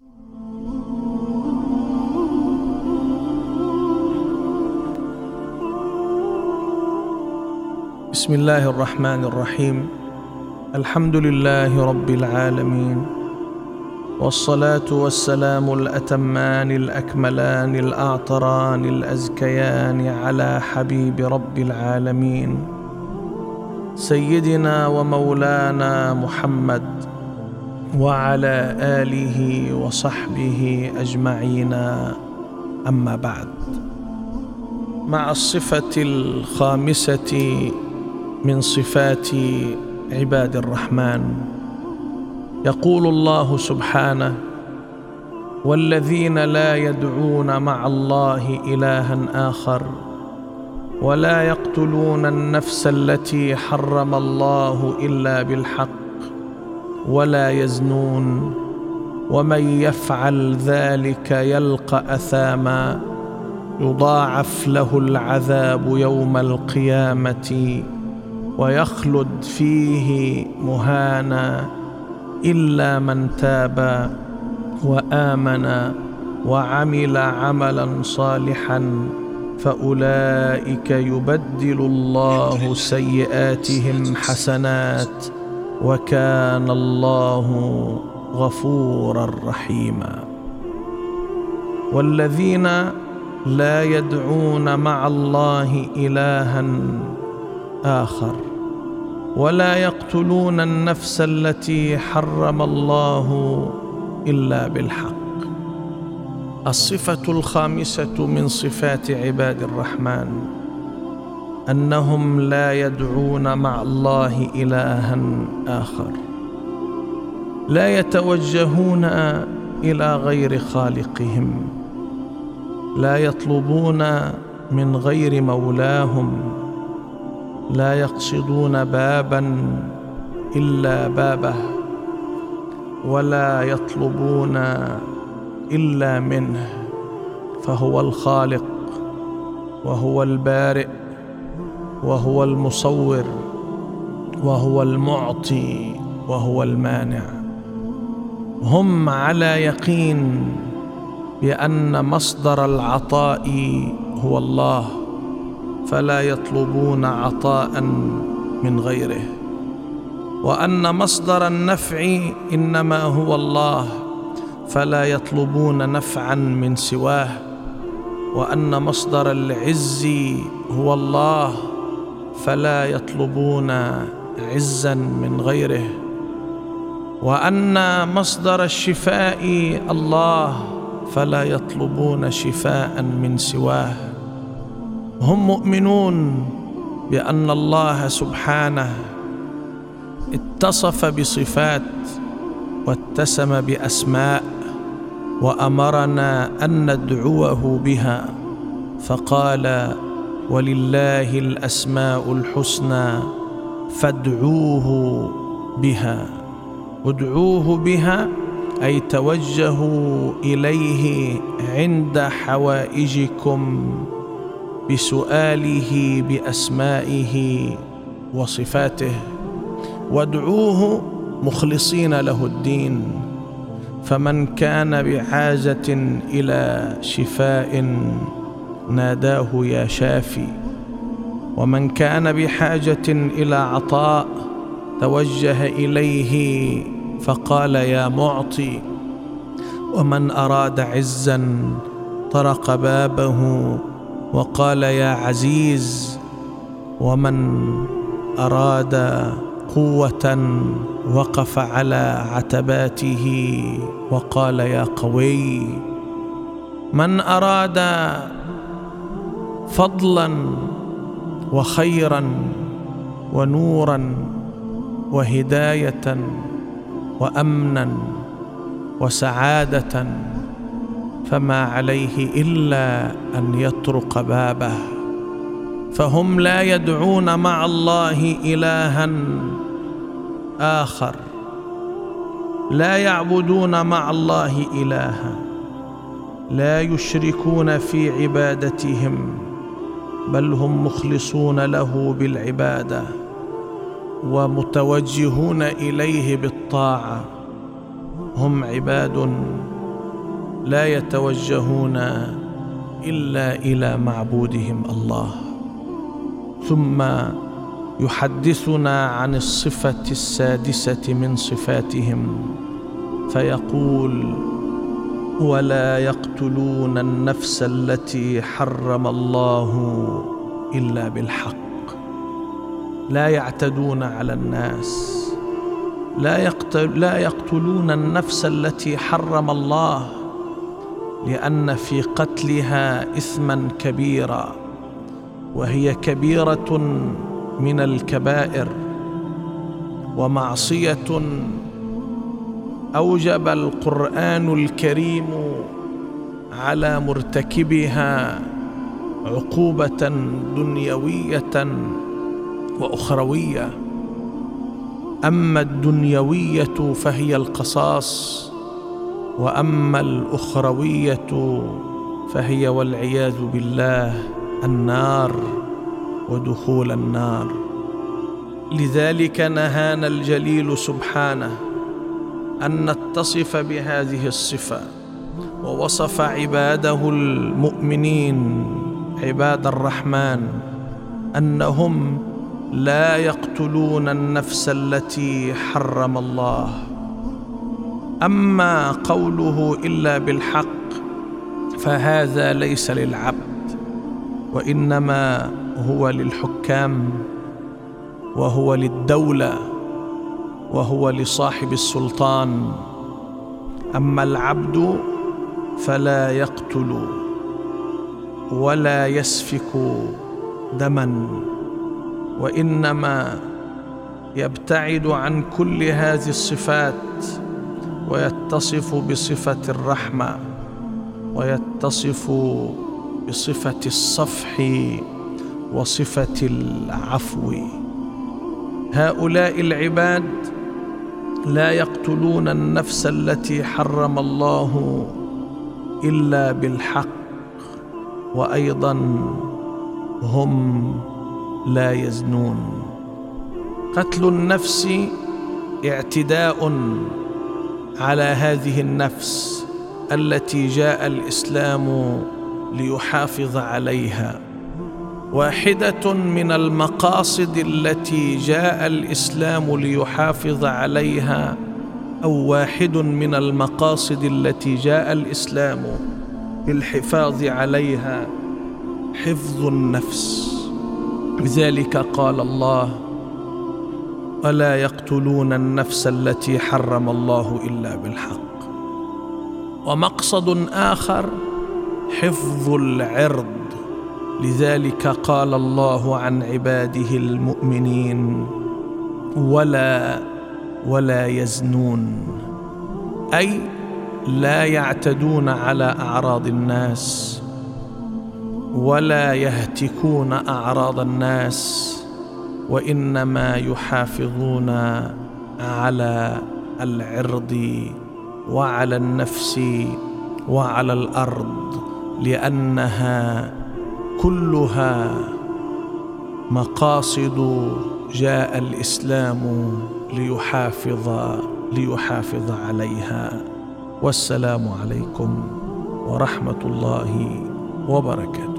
بسم الله الرحمن الرحيم. الحمد لله رب العالمين، والصلاة والسلام الأتمان الأكملان الأعطران الأزكيان على حبيب رب العالمين سيدنا ومولانا محمد وعلى آله وصحبه أجمعين. أما بعد، مع الصفة الخامسة من صفات عباد الرحمن، يقول الله سبحانه: والذين لا يدعون مع الله إلها آخر ولا يقتلون النفس التي حرم الله إلا بالحق ولا يزنون ومن يفعل ذلك يلقى أثاما يضاعف له العذاب يوم القيامة ويخلد فيه مهانا إلا من تاب وآمن وعمل عملا صالحا فأولئك يبدل الله سيئاتهم حسنات وكان الله غفورا رحيما. والذين لا يدعون مع الله إلها آخر ولا يقتلون النفس التي حرم الله إلا بالحق. الصفة الخامسة من صفات عباد الرحمن أنهم لا يدعون مع الله إلها آخر، لا يتوجهون إلى غير خالقهم، لا يطلبون من غير مولاهم، لا يقصدون بابا إلا بابه، ولا يطلبون إلا منه، فهو الخالق وهو البارئ وهو المصور وهو المعطي وهو المانع. هم على يقين بأن مصدر العطاء هو الله، فلا يطلبون عطاء من غيره، وأن مصدر النفع إنما هو الله، فلا يطلبون نفعا من سواه، وأن مصدر العز هو الله، فلا يطلبون عزا من غيره، وأن مصدر الشفاء الله، فلا يطلبون شفاء من سواه. هم مؤمنون بأن الله سبحانه اتصف بصفات واتسم بأسماء وأمرنا أن ندعوه بها، فقال: ولله الأسماء الحسنى فادعوه بها. ادعوه بها أي توجهوا إليه عند حوائجكم بسؤاله بأسمائه وصفاته، وادعوه مخلصين له الدين. فمن كان بحاجة إلى شفاء ناداه يا شافي، ومن كان بحاجة إلى عطاء توجه إليه فقال يا معطي، ومن أراد عزا طرق بابه وقال يا عزيز، ومن أراد قوة وقف على عتباته وقال يا قوي. من أراد فضلا وخيرا ونورا وهداية وأمنا وسعادة فما عليه إلا أن يطرق بابه. فهم لا يدعون مع الله إلها آخر، لا يعبدون مع الله إلها، لا يشركون في عبادتهم، بل هم مخلصون له بالعبادة ومتوجهون إليه بالطاعة. هم عباد لا يتوجهون إلا إلى معبودهم الله. ثم يحدثنا عن الصفة السادسة من صفاتهم فيقول: ولا يقتلون النفس التي حرم الله إلا بالحق. لا يعتدون على الناس، لا يقتلون النفس التي حرم الله، لأن في قتلها إثما كبيرا، وهي كبيرة من الكبائر ومعصية أوجب القرآن الكريم على مرتكبها عقوبة دنيوية وأخروية. أما الدنيوية فهي القصاص، وأما الأخروية فهي والعياذ بالله النار ودخول النار. لذلك نهانا الجليل سبحانه أن نتصف بهذه الصفة، ووصف عباده المؤمنين عباد الرحمن أنهم لا يقتلون النفس التي حرم الله. أما قوله إلا بالحق فهذا ليس للعبد، وإنما هو للحكام، وهو للدولة، وهو لصاحب السلطان. أما العبد فلا يقتل ولا يسفك دما، وإنما يبتعد عن كل هذه الصفات ويتصف بصفة الرحمة، ويتصف بصفة الصفح وصفة العفو. هؤلاء العباد لا يقتلون النفس التي حرم الله إلا بالحق، وأيضا هم لا يزنون. قتل النفس اعتداء على هذه النفس التي جاء الإسلام ليحافظ عليها. واحدة من المقاصد التي جاء الإسلام ليحافظ عليها، أو واحد من المقاصد التي جاء الإسلام للحفاظ عليها، حفظ النفس. لذلك قال الله: ولا يقتلون النفس التي حرم الله إلا بالحق. ومقصد آخر حفظ العرض. لذلك قال الله عن عباده المؤمنين: ولا يزنون، أي لا يعتدون على أعراض الناس، ولا يهتكون أعراض الناس، وإنما يحافظون على العرض وعلى النفس وعلى الأرض، لأنها كلها مقاصد جاء الإسلام ليحافظ عليها. والسلام عليكم ورحمة الله وبركاته.